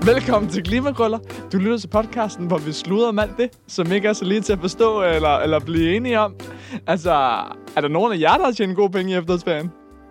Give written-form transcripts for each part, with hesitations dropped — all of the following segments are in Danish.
Velkommen til Klimakrøller. Du lytter til podcasten, hvor vi sluder om alt det, som ikke er så lige til at forstå eller blive enige om. Altså, er der nogen af jer, der har tjent gode penge i efterårsferien?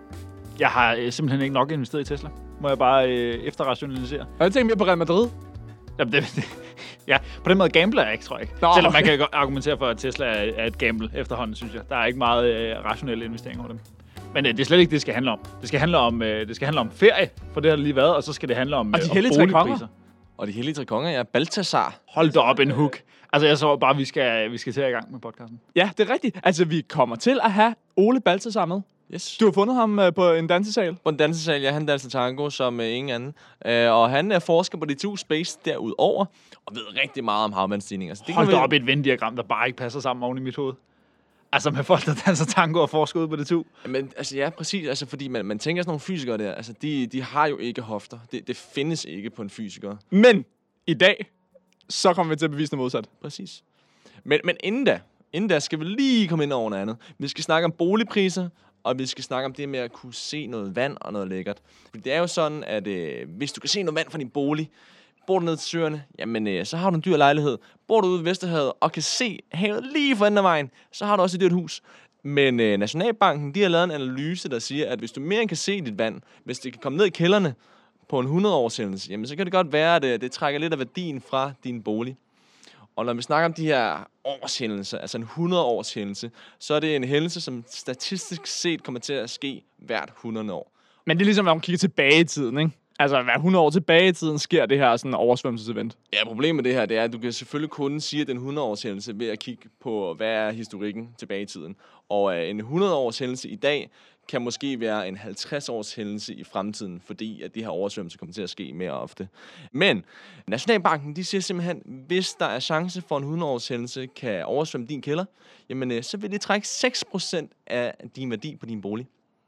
Jeg har simpelthen ikke nok investeret i Tesla. Må jeg bare efterrationalisere. Og jeg tænker mere på Real Madrid. Jamen, ja, på den måde gambler jeg ikke, tror jeg ikke. Nå, selvom man kan argumentere for, at Tesla er et gamble efterhånden, synes jeg. Der er ikke meget rationelle investeringer over dem. Men det er slet ikke det, skal handle om. Det skal handle om ferie, for det har det lige været, og så skal det handle om, og de hellige tre konger. Og de hellige tre konger, ja. Balthasar. Hold da op en hook. Altså, jeg så bare, vi skal til i gang med podcasten. Ja, det er rigtigt. Altså, vi kommer til at have Ole Balthasar med. Yes. Du har fundet ham på en dansesal. På en dansesal, ja. Han danser tango som ingen anden. Og han er forsker på D2 Space derudover, og ved rigtig meget om havvandsstigninger. Så det hold da op et Venn-diagram, der bare ikke passer sammen oven i mit hoved. Altså med folk, der danser tango og forsker ud på D2. Men altså, ja, præcis. Altså, fordi man tænker sådan nogle fysikere der, altså, de har jo ikke hofter. Det findes ikke på en fysiker. Men i dag, så kommer vi til at bevise det modsat. Præcis. Men inden da skal vi lige komme ind over noget andet. Vi skal snakke om boligpriser, og vi skal snakke om det med at kunne se noget vand og noget lækkert. Fordi det er jo sådan, at hvis du kan se noget vand fra din bolig, bor du ned til søerne, jamen så har du en dyr lejlighed. Bor du ude ved Vesterhavet og kan se havet lige for enden af vejen, så har du også et dyrt hus. Men Nationalbanken, de har lavet en analyse, der siger, at hvis du mere end kan se dit vand, hvis det kan komme ned i kælderne på en 100-årshændelse, jamen så kan det godt være, at det trækker lidt af værdien fra din bolig. Og når vi snakker om de her årshændelser, altså en 100-årshændelse, så er det en hændelse, som statistisk set kommer til at ske hvert 100 år. Men det er ligesom, når man kigger tilbage i tiden, ikke? Altså, hver 100 år tilbage i tiden sker det her sådan oversvømmelsesevent. Ja, problemet med det her, det er, at du kan selvfølgelig kun sige, at den 100-årshændelse ved at kigge på, hvad er historikken tilbage i tiden. Og en 100-årshændelse i dag kan måske være en 50-årshændelse i fremtiden, fordi at de her oversvømmelser kommer til at ske mere ofte. Men Nationalbanken, de siger simpelthen, hvis der er chance for en 100-årshændelse kan oversvømme din kælder, jamen så vil det trække 6% af din værdi på din bolig.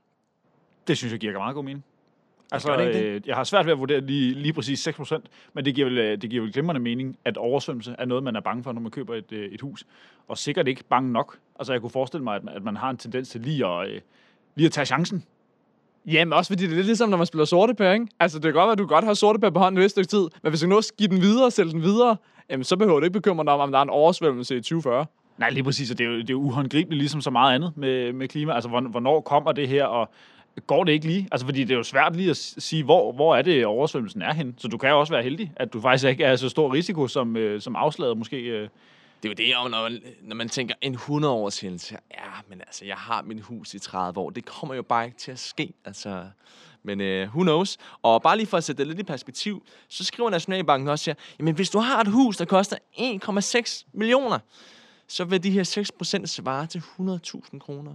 Det synes jeg giver meget god mening. Altså, jeg har svært ved at vurdere lige præcis 6%, men det giver vel glimrende mening, at oversvømmelse er noget, man er bange for, når man køber et hus. Og sikkert ikke bange nok. Altså, jeg kunne forestille mig, at man har en tendens til lige at tage chancen. Jamen også fordi det er lidt ligesom, når man spiller sortepær, ikke? Altså, det kan godt være, at du godt har sortepær på hånden et stykke tid, men hvis du nu skal give den videre og sælge den videre, jamen, så behøver du ikke bekymre dig om der er en oversvømmelse i 2040. Nej, lige præcis, og det er jo uhåndgribeligt, ligesom så meget andet med klima. Altså, hvornår kommer det her, og går det ikke lige? Altså, fordi det er jo svært lige at sige, hvor er det oversvømmelsen er hen. Så du kan jo også være heldig, at du faktisk ikke er så stor risiko, som afslaget måske. Det er jo det, når man tænker en 100-årshændelse. Ja, men altså, jeg har mit hus i 30 år. Det kommer jo bare ikke til at ske, altså. Men who knows? Og bare lige for at sætte det lidt i perspektiv, så skriver Nationalbanken også her, jamen hvis du har et hus, der koster 1,6 millioner, så vil de her 6% svare til 100.000 kroner.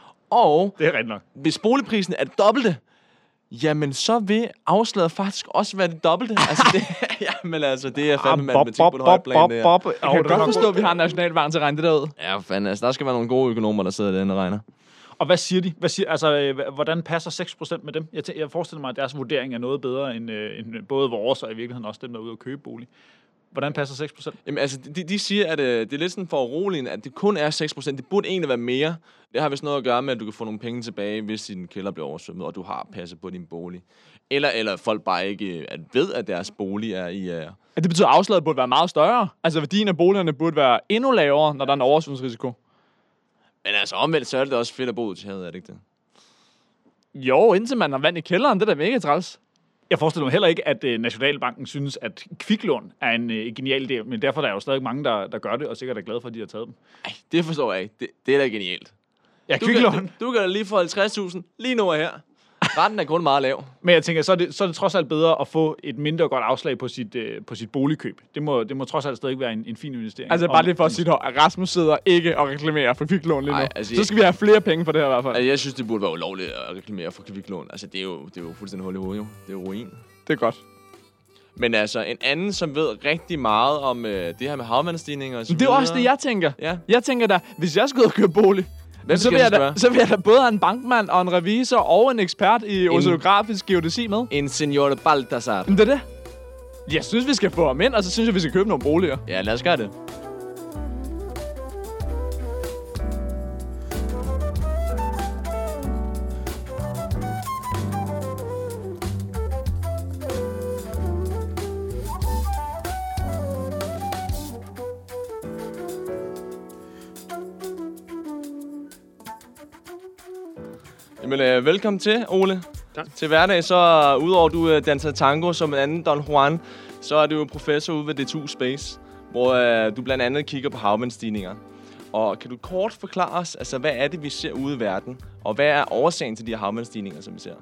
Og det er rigtigt nok. Hvis boligprisen er det dobbelte, jamen så vil afslaget faktisk også være det dobbelte. Altså det, jamen altså, det er fandme matematik på et højt plan. Jeg kan godt forstå, at vi har Nationalbanken til at regne det derud. Ja, fandme. Altså, der skal være nogle gode økonomer, der sidder derinde og regner. Og hvad siger de? Altså, hvordan passer 6% med dem? Jeg forestiller mig, at deres vurdering er noget bedre end både vores og i virkeligheden også dem, der er ude at købe bolig. Hvordan passer 6%? Jamen altså, de siger, at det er lidt sådan for uroligende, at det kun er 6%. Det burde egentlig være mere. Det har vist noget at gøre med, at du kan få nogle penge tilbage, hvis din kælder bliver oversvømmet, og du har passet på din bolig. Eller folk bare ikke ved, at deres bolig er i... Det betyder, at afslaget burde være meget større. Altså, værdien af boligerne burde være endnu lavere, når der er en oversvømmelsesrisiko. Men altså, omvendt, så er det også fedt at bo ud til havet, er det ikke det? Jo, indtil man har vand i kælderen, det er da mega træls. Jeg forestiller mig heller ikke, at Nationalbanken synes, at kviklån er en genial idé, men derfor er der jo stadig mange, der gør det, og sikkert er glade for, at de har taget dem. Ej, det forstår jeg ikke. Det er da genialt. Ja, kviklån. Du kan da lige få 50.000 lige nu og her. Retten er kun meget lav. Men jeg tænker, så er det trods alt bedre at få et mindre godt afslag på sit boligkøb. Det må trods alt stadig være en fin investering. Altså bare lige for at sige, at Rasmus sidder ikke og reklamerer for kviklån lige nu. Ej, altså, så skal vi have flere penge for det her i hvert fald. Altså, jeg synes, det burde være ulovligt at reklamere for kviklån. Altså, det er jo fuldstændig hul i hovedet, jo. Det er jo ruin. Det er godt. Men altså, en anden, som ved rigtig meget om det her med havvandsstigninger og så videre. Det er også det, jeg tænker. Ja. Jeg tænker da, hvis jeg skal ud og købe bolig, så vil jeg da både have en bankmand og en revisor og en ekspert i oceanografisk geodesi med. En senior Balthasar. Men det er det. Jeg synes, vi skal få ham ind, og så synes jeg, vi skal købe nogle boliger. Ja, lad os gøre det. Jamen, velkommen til, Ole. Tak. Til hverdag, så udover du danser tango som en anden Don Juan, så er du professor ude ved DTU Space, hvor du blandt andet kigger på havvandsstigninger. Og kan du kort forklare os, altså, hvad er det, vi ser ude i verden? Og hvad er årsagen til de her havvandsstigninger, som vi ser?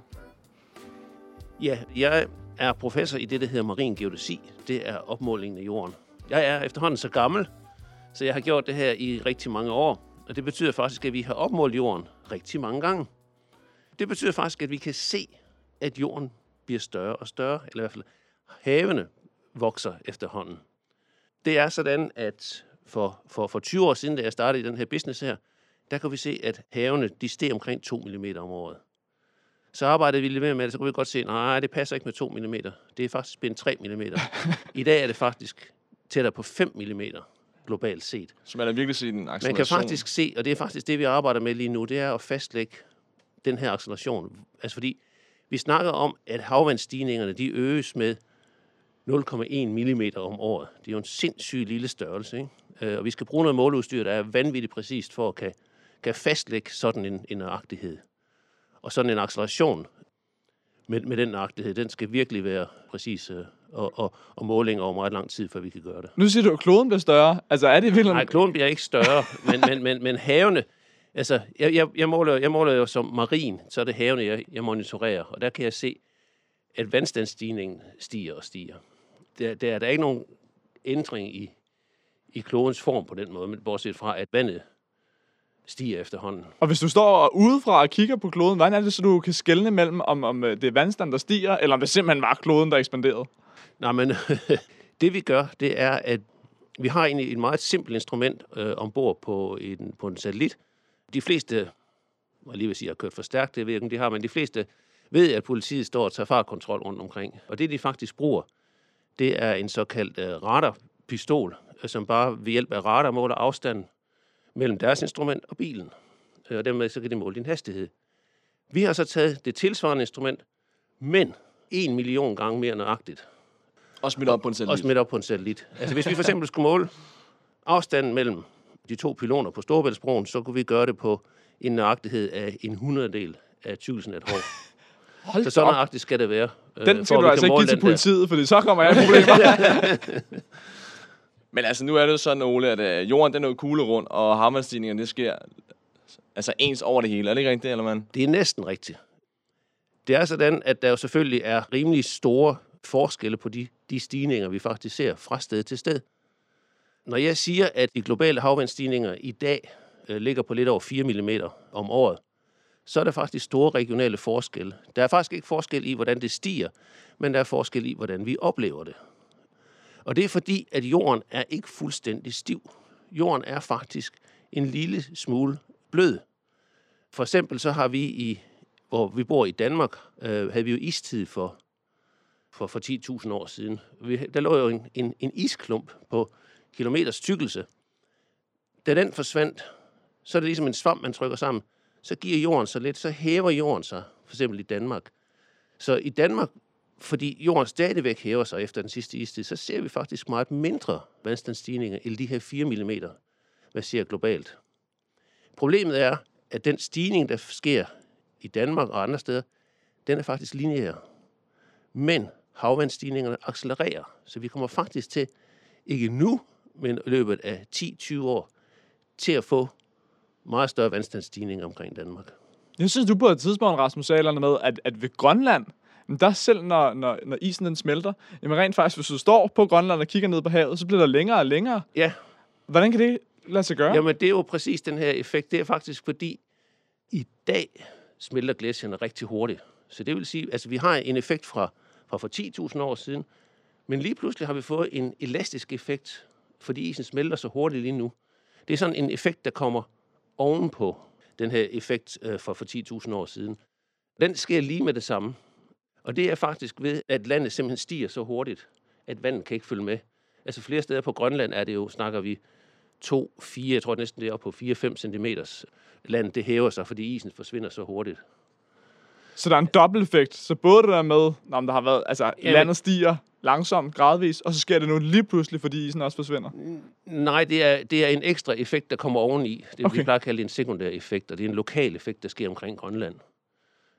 Ja, jeg er professor i det, der hedder marin geodæsi. Det er opmålingen af jorden. Jeg er efterhånden så gammel, så jeg har gjort det her i rigtig mange år. Og det betyder faktisk, at vi har opmålt jorden rigtig mange gange. Det betyder faktisk, at vi kan se, at jorden bliver større og større, eller i hvert fald havene vokser efterhånden. Det er sådan, at for 20 år siden, da jeg startede i den her business her, der kunne vi se, at havene de steg omkring 2 mm om året. Så arbejdede vi lidt mere med det, så kunne vi godt se, nej, det passer ikke med 2 mm. Det er faktisk blevet 3 mm. I dag er det faktisk tættere på 5 mm globalt set. Så man har virkelig set en acceleration. Man kan faktisk se, og det er faktisk det, vi arbejder med lige nu, det er at fastlægge den her acceleration. Altså fordi vi snakker om, at havvandsstigningerne de øges med 0,1 mm om året. Det er jo en sindssygt lille størrelse, ikke? Og vi skal bruge noget måleudstyr, der er vanvittigt præcist for at kan fastlægge sådan en nøjagtighed. Og sådan en acceleration med den nøjagtighed, den skal virkelig være præcis og målinger over meget lang tid, før vi kan gøre det. Nu siger du, at kloden bliver større. Altså, er det virkelig... Nej, kloden bliver ikke større, men havene... Altså, jeg måler jo som marin, så er det havene, jeg monitorerer. Og der kan jeg se, at vandstandsstigningen stiger og stiger. Der er ikke nogen ændring i klodens form på den måde, men bortset fra, at vandet stiger efterhånden. Og hvis du står udefra og kigger på kloden, hvordan er det så, du kan skelne mellem, om det er vandstand, der stiger, eller om det simpelthen var kloden, der ekspanderede? Nej, men det vi gør, det er, at vi har egentlig et meget simpelt instrument ombord på en satellit. De fleste, jeg lige vil sige, har kørt for stærkt, det ved jeg ikke, de har, men de fleste ved, at politiet står og tager fartkontrol rundt omkring. Og det, de faktisk bruger, det er en såkaldt radarpistol, som bare ved hjælp af radar måler afstanden mellem deres instrument og bilen. Og dermed så kan de måle din hastighed. Vi har så taget det tilsvarende instrument, men 1 million gange mere nøjagtigt. Og smidt op på en satellit. Og smidt op på en satellit. Altså hvis vi for eksempel skulle måle afstanden mellem de 2 pyloner på Storebæltsbroen, så kunne vi gøre det på en nøjagtighed af 1/100 af tykkelsen af et hår. Så nøjagtigt skal det være. Den skal du altså ikke give til politiet, fordi så kommer jeg i problemer. Men altså, nu er det jo sådan, Ole, at jorden den er jo kuglerund, og havvandsstigninger, det sker altså ens over det hele. Er det ikke rigtigt, eller man? Det er næsten rigtigt. Det er sådan, at der jo selvfølgelig er rimelig store forskelle på de stigninger, vi faktisk ser fra sted til sted. Når jeg siger, at de globale havvandsstigninger i dag ligger på lidt over 4 mm om året, så er der faktisk store regionale forskelle. Der er faktisk ikke forskel i, hvordan det stiger, men der er forskel i, hvordan vi oplever det. Og det er fordi, at jorden er ikke fuldstændig stiv. Jorden er faktisk en lille smule blød. For eksempel så har vi hvor vi bor i Danmark, havde vi jo istid for 10.000 år siden. Der lå jo en isklump på kilometers tykkelse. Da den forsvandt, så er det ligesom en svamp, man trykker sammen. Så giver jorden sig lidt, så hæver jorden sig, for eksempel i Danmark. Så i Danmark, fordi jorden stadigvæk hæver sig efter den sidste istid, så ser vi faktisk meget mindre vandstandsstigninger end de her 4 mm, hvad ser globalt. Problemet er, at den stigning, der sker i Danmark og andre steder, den er faktisk lineær. Men havvandsstigningerne accelererer, så vi kommer faktisk til, ikke nu, men i løbet af 10-20 år, til at få meget større vandstandsstigninger omkring Danmark. Jeg synes, du på et tidspunkt, Rasmus, sagde med, at ved Grønland, der selv når isen den smelter, jamen rent faktisk, hvis du står på Grønland og kigger ned på havet, så bliver der længere og længere. Ja. Hvordan kan det lade sig gøre? Jamen, det er jo præcis den her effekt. Det er faktisk fordi, i dag smelter glacierne rigtig hurtigt. Så det vil sige, altså vi har en effekt fra for 10.000 år siden, men lige pludselig har vi fået en elastisk effekt, fordi isen smelter så hurtigt lige nu. Det er sådan en effekt, der kommer ovenpå den her effekt for 10.000 år siden. Den sker lige med det samme. Og det er faktisk ved, at landet simpelthen stiger så hurtigt, at vandet kan ikke følge med. Altså flere steder på Grønland er det jo, snakker vi 2-4, jeg tror næsten det er op på 4-5 centimeters land, det hæver sig, fordi isen forsvinder så hurtigt. Så der er en dobbelteffekt. Så både det der med, når der har været, altså landet stiger langsomt, gradvist, og så sker det nu lige pludselig, fordi isen også forsvinder. Nej, det er en ekstra effekt, der kommer oveni. Det vi plejer at kalde en sekundær effekt, og det er en lokal effekt, der sker omkring Grønland.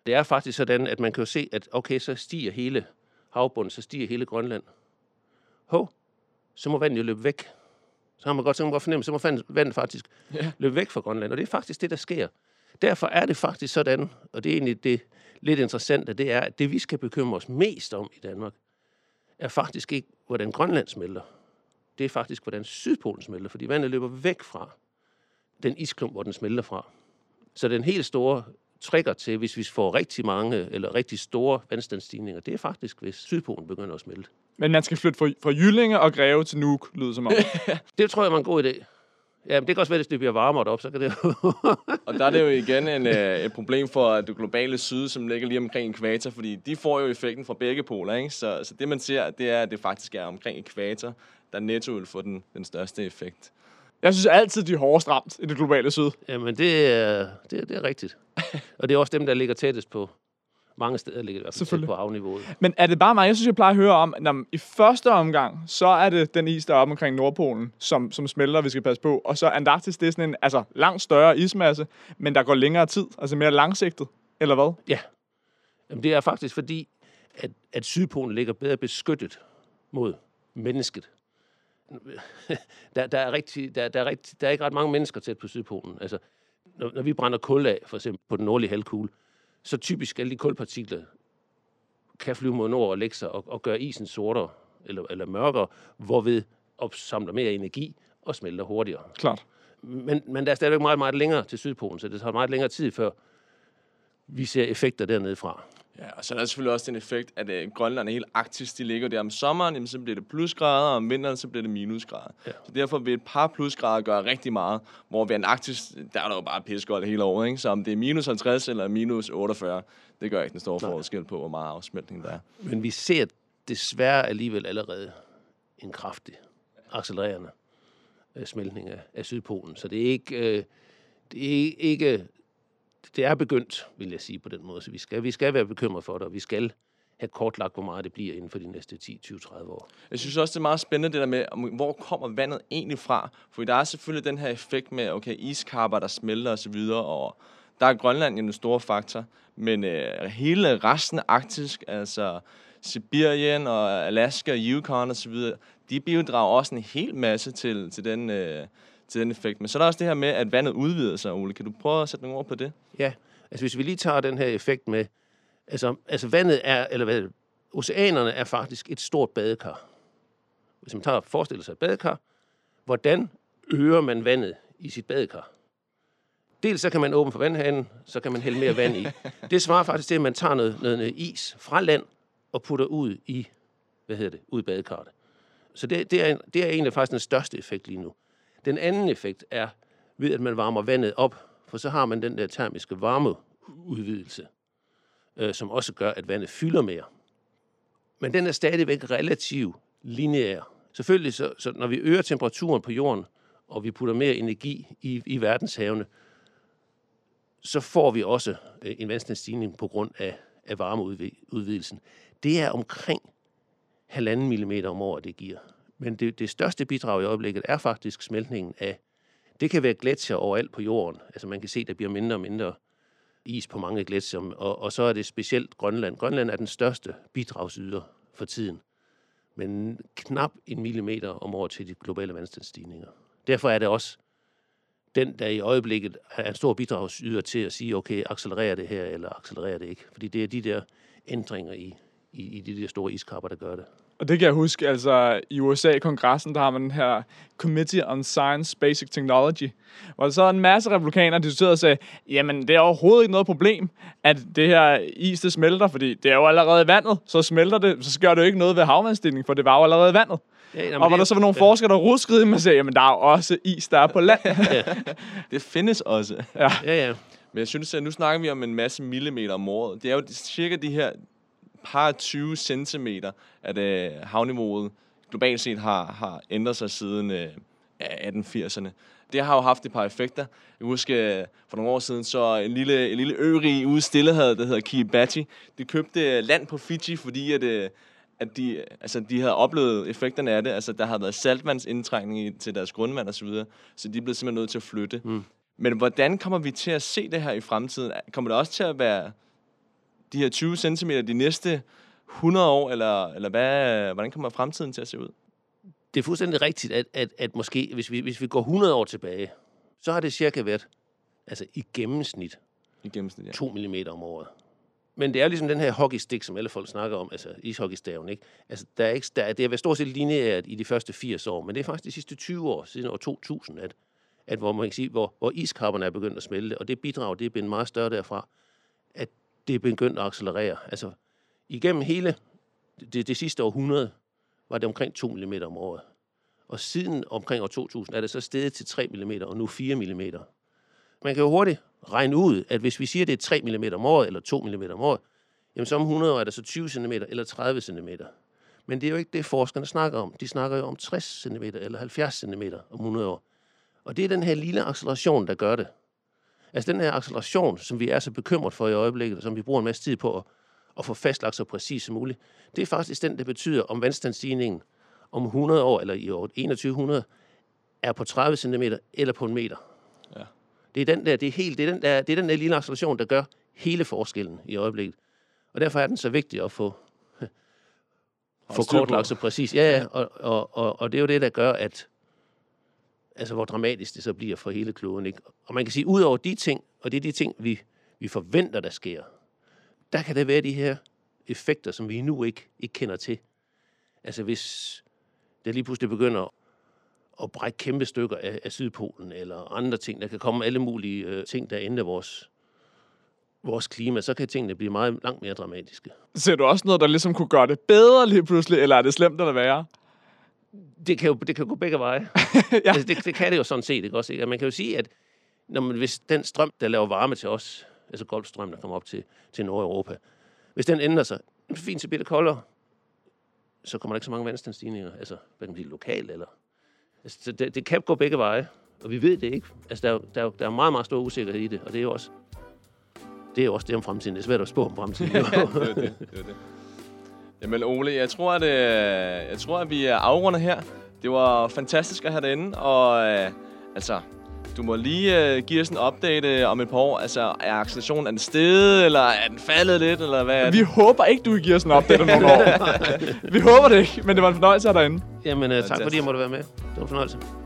Det er faktisk sådan, at man kan jo se, at okay, så stiger hele havbunden, så stiger hele Grønland. Så må vandet jo løbe væk. Så kan man godt fornemme, så må vandet faktisk løbe væk fra Grønland. Og det er faktisk det, der sker. Derfor er det faktisk sådan, og det er egentlig det lidt interessante, det er, at det vi skal bekymre os mest om i Danmark, er faktisk ikke, hvordan Grønland smelter. Det er faktisk, hvordan Sydpolen smelter, fordi vandet løber væk fra den isklump, hvor den smelter fra. Så den helt store trigger til, hvis vi får rigtig mange eller rigtig store vandstandsstigninger, det er faktisk, hvis Sydpolen begynder at smelte. Men man skal flytte fra Jyllinge og Greve til Nuuk, lyder som om. Det tror jeg var en god idé. Ja, men det kan også være, hvis det bliver varmere op, så kan det Og der er det jo igen et problem for det globale syd, som ligger lige omkring ekvator, fordi de får jo effekten fra begge poler, ikke? Så det man ser, det er, at det faktisk er omkring ekvator, der netto vil få den største effekt. Jeg synes altid, de er hårdest ramt i det globale syd. Jamen, det er rigtigt. Og det er også dem, der ligger tættest på. Mange steder ligger i hvert fald tæt på havniveauet. Men er det bare mig? Jeg synes, jeg plejer at høre om, at i første omgang, så er det den is, der er oppe omkring Nordpolen, som smelter, vi skal passe på. Og så Antarktis, det er sådan en langt større ismasse, men der går længere tid, altså mere langsigtet, eller hvad? Ja. Jamen, det er faktisk fordi, at Sydpolen ligger bedre beskyttet mod mennesket. Der er ikke ret mange mennesker tæt på Sydpolen. Altså, når vi brænder kul af, for eksempel på den nordlige halvkugle, så typisk alle de kulpartikler kan flyve mod nord og lægge sig og gøre isen sortere eller mørkere, hvorved opsamler mere energi og smelter hurtigere. Klart. Men der er stadigvæk meget, meget længere til Sydpolen, så det tager meget længere tid, før vi ser effekter dernede fra. Ja, og så er der selvfølgelig også den effekt, at Grønland er helt arktisk. De ligger der om sommeren, jamen, så bliver det plusgrader, og om vinteren så bliver det minusgrader. Ja. Så derfor vil et par plusgrader gøre rigtig meget, hvor ved Antarktis, der er der jo bare pissegodt hele året, ikke? Så om det er minus 50 eller minus 48, det gør ikke den store forskel på, hvor meget afsmeltning der er. Men vi ser desværre alligevel allerede en kraftig accelererende smeltning af Sydpolen. Så det er ikke det er begyndt, vil jeg sige på den måde. Så vi skal være bekymret for det, og vi skal have kortlagt, hvor meget det bliver inden for de næste 10, 20, 30 år. Jeg synes også, det er meget spændende det der med, hvor kommer vandet egentlig fra? For der er selvfølgelig den her effekt med, okay, iskapper, der smelter osv., og der er Grønland en stor faktor, men hele resten af Arktis, altså Sibirien og Alaska og Yukon osv., de bidrager også en hel masse til den effekt. Men så er der også det her med, at vandet udvider sig, Ole. Kan du prøve at sætte nogle ord på det? Ja, altså hvis vi lige tager den her effekt med, altså vandet er, oceanerne er faktisk et stort badekar. Hvis man forestiller sig et badekar, hvordan øger man vandet i sit badekar? Dels så kan man åbne for vandhanen, så kan man hælde mere vand i. Det svarer faktisk til, at man tager noget is fra land og putter ud i, ud i badekarret. Så det er egentlig faktisk den største effekt lige nu. Den anden effekt er ved, at man varmer vandet op, for så har man den der termiske varmeudvidelse, som også gør, at vandet fylder mere. Men den er stadigvæk relativt lineær. Selvfølgelig, så når vi øger temperaturen på jorden, og vi putter mere energi i verdenshavene, så får vi også en vandstandsstigning på grund af varmeudvidelsen. Det er omkring 1,5 millimeter om året, det giver. Men det største bidrag i øjeblikket er faktisk smeltningen af, det kan være gletsjer overalt på jorden. Altså man kan se, at der bliver mindre og mindre is på mange gletsjer, og så er det specielt Grønland. Grønland er den største bidragsyder for tiden, men knap 1 millimeter om året til de globale vandstandsstigninger. Derfor er det også den, der i øjeblikket er en stor bidragsyder til at sige, okay, accelererer det her, eller accelererer det ikke? Fordi det er de der ændringer i de der store iskapper, der gør det. Og det kan jeg huske, altså i USA-kongressen, der har man den her Committee on Science Basic Technology, hvor så en masse republikanere diskuterede og sagde, jamen det er overhovedet ikke noget problem, at det her is, det smelter, fordi det er jo allerede i vandet, så smelter det, så gør det jo ikke noget ved havvandsstigning, for det var jo allerede i vandet. Ja, og hvor der så var nogle forskere, der ruskede ind og sagde, jamen der er jo også is, der er på land. Det findes også. Ja. Men jeg synes, at nu snakker vi om en masse millimeter om året. Det er jo cirka de her par 20 centimeter, at havniveauet globalt set har ændret sig siden 1880'erne. Det har jo haft et par effekter. Jeg husker for nogle år siden, så en lille ørig ude i Stillehavet, der hedder Kiribati, de købte land på Fiji, fordi at de havde oplevet effekterne af det. Altså, der havde været saltvandsindtrængning til deres grundvand osv., så de blev simpelthen nødt til at flytte. Men hvordan kommer vi til at se det her i fremtiden? Kommer det også til at være de her 20 cm de næste 100 år, eller hvordan kommer fremtiden til at se ud? Det er fuldstændig rigtigt, at måske, hvis vi går 100 år tilbage, så har det cirka været, altså i gennemsnit, 2 mm om året. Men det er ligesom den her hockeystick, som alle folk snakker om, altså ishockeystaven, ikke? Altså, det har været stort set lineært i de første 80 år, men det er faktisk de sidste 20 år, siden år 2000, at hvor man kan sige, hvor iskapperne er begyndt at smelte, og det bidrag, det er blevet meget større derfra, at det er begyndt at accelerere. Altså, igennem hele det sidste århundrede, var det omkring 2 mm om året. Og siden omkring år 2000 er det så steget til 3 mm, og nu 4 mm. Man kan jo hurtigt regne ud, at hvis vi siger, at det er 3 mm om året, eller 2 mm om året, jamen så om 100 år er der så 20 cm eller 30 cm. Men det er jo ikke det, forskerne snakker om. De snakker jo om 60 cm eller 70 cm om 100 år. Og det er den her lille acceleration, der gør det. Altså den her acceleration, som vi er så bekymret for i øjeblikket, og som vi bruger en masse tid på at få fastlagt så præcis som muligt, det er faktisk den, der betyder, om vandstandsstigningen om 100 år, eller i år 2100, er på 30 cm eller på 1 meter. Ja. Det er den der lille acceleration, der gør hele forskellen i øjeblikket. Og derfor er den så vigtig at få kortlagt så præcis. Ja, og det er jo det, der gør, at altså hvor dramatisk det så bliver for hele kloden, ikke? Og man kan sige, ud over de ting, og det er de ting, vi forventer, der sker, der kan der være de her effekter, som vi nu ikke kender til. Altså hvis det lige pludselig begynder at brække kæmpe stykker af Sydpolen, eller andre ting, der kan komme alle mulige ting, der ændrer vores klima, så kan tingene blive langt mere dramatiske. Ser du også noget, der ligesom kunne gøre det bedre lige pludselig, eller er det slemt eller værre? Det kan jo gå begge veje. Ja. Altså, det kan det jo sådan set, ikke også? Ikke? Man kan jo sige, at hvis den strøm, der laver varme til os, altså Golfstrøm, der kommer op til Nordeuropa, hvis den ændrer sig, fint, så bliver det koldere, så kommer der ikke så mange vandstandsstigninger, altså hvad kan man sige, lokalt, eller... Altså, det kan gå begge veje, og vi ved det ikke. Altså, der er meget, meget stor usikkerhed i det, og det er jo også det om fremtiden. Det er svært at spå om fremtiden. Det er det. Jamen Ole, jeg tror, at vi er afrundet her. Det var fantastisk at have dig inde, og du må lige give os en update om et par år. Altså, er accelerationen, er den steget, eller er den faldet lidt, eller hvad er det? Vi håber ikke, du giver os en update om nogle år. Vi håber det ikke, men det var en fornøjelse at have dig inde. Jamen, tak fordi jeg måtte være med. Det var en fornøjelse.